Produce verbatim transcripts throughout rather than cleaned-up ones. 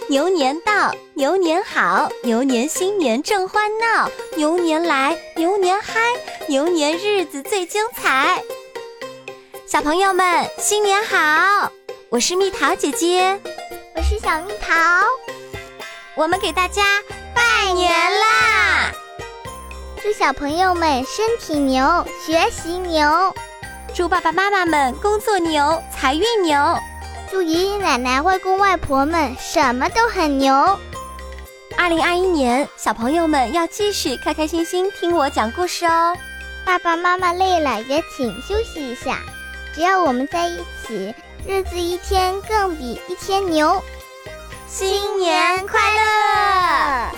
牛年到，牛年好，牛年新年正欢闹，牛年来，牛年嗨，牛年日子最精彩。小朋友们，新年好！我是蜜桃姐姐， 我是小蜜桃， 我们给大家拜年啦！ 祝小朋友们身体牛，学习牛； 祝爸爸妈妈们工作牛，财运牛； 祝爷爷奶奶、外公外婆们什么都很牛。 二零二一年，小朋友们要继续开开心心听我讲故事哦。 爸爸妈妈累了也请休息一下，只要我们在一起，日子一天更比一天牛。 新年快乐！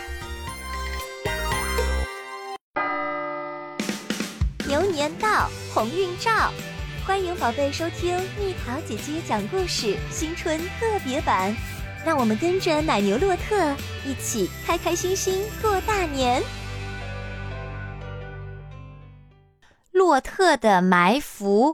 牛年到，鸿运照，欢迎宝贝收听蜜桃姐姐讲故事新春特别版，让我们跟着奶牛洛特一起开开心心过大年。洛特的埋伏。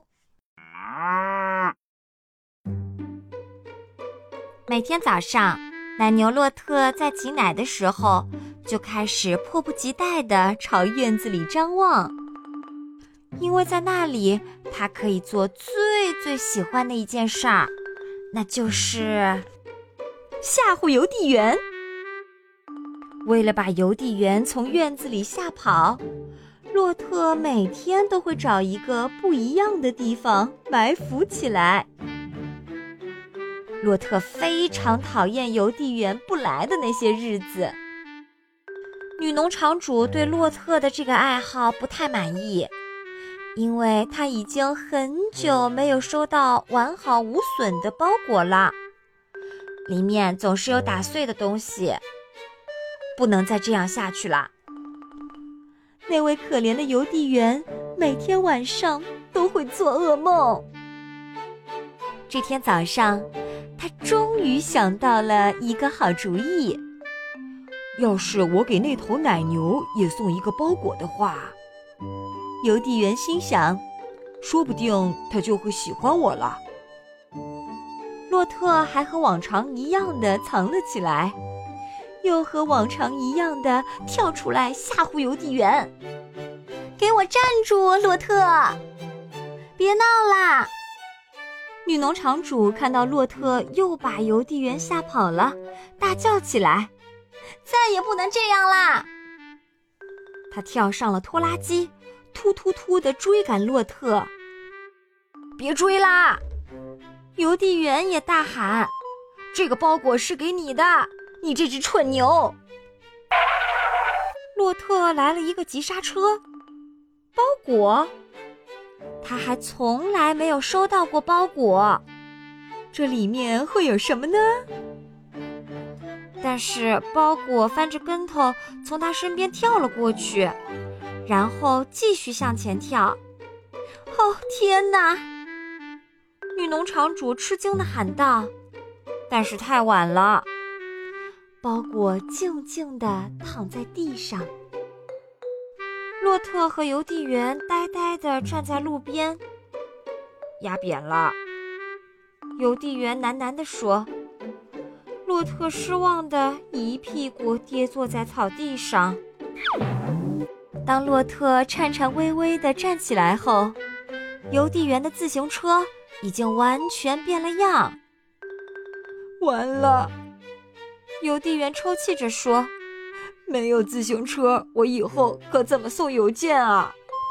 每天早上，奶牛洛特在挤奶的时候，就开始迫不及待地朝院子里张望，因为在那里，他可以做最最喜欢的一件事儿，那就是吓唬邮递员。为了把邮递员从院子里吓跑，洛特每天都会找一个不一样的地方埋伏起来。洛特非常讨厌邮递员不来的那些日子。女农场主对洛特的这个爱好不太满意，因为他已经很久没有收到完好无损的包裹了，里面总是有打碎的东西，不能再这样下去了。那位可怜的邮递员每天晚上都会做噩梦。这天早上，他终于想到了一个好主意。 要是我给那头奶牛也送一个包裹的话， 邮递员心想， 说不定他就会喜欢我了。 洛特还和往常一样的藏了起来，又和往常一样的跳出来吓唬邮递员。给我站住，洛特！别闹啦！女农场主看到洛特又把邮递员吓跑了，大叫起来，再也不能这样啦！她跳上了拖拉机，突突突地追赶洛特。别追啦！邮递员也大喊，这个包裹是给你的，你这只蠢牛！洛特来了一个急刹车。包裹？他还从来没有收到过包裹，这里面会有什么呢？但是包裹翻着跟头从他身边跳了过去，然后继续向前跳。哦，天哪！女农场主吃惊地喊道，但是太晚了，包裹静静地躺在地上。洛特和邮递员呆呆地站在路边。压扁了，邮递员喃喃地说。洛特失望地一屁股跌坐在草地上。当洛特颤颤巍巍地站起来后，邮递员的自行车已经完全变了样。 完了， 邮递员抽泣着说， 没有自行车，我以后可怎么送邮件啊？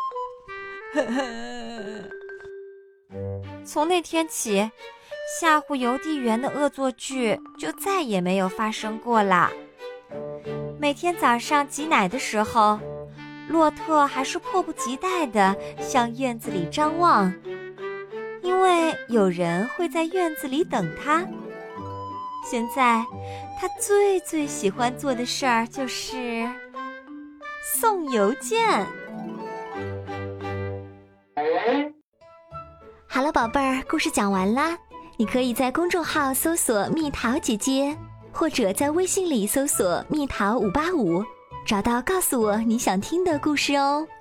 从那天起，吓唬邮递员的恶作剧就再也没有发生过了。每天早上挤奶的时候，洛特还是迫不及待地向院子里张望，因为有人会在院子里等他。现在他最最喜欢做的事儿就是送邮件。好了，宝贝儿，故事讲完啦。你可以在公众号搜索蜜桃姐姐，或者在微信里搜索蜜桃五八五，找到告诉我你想听的故事哦。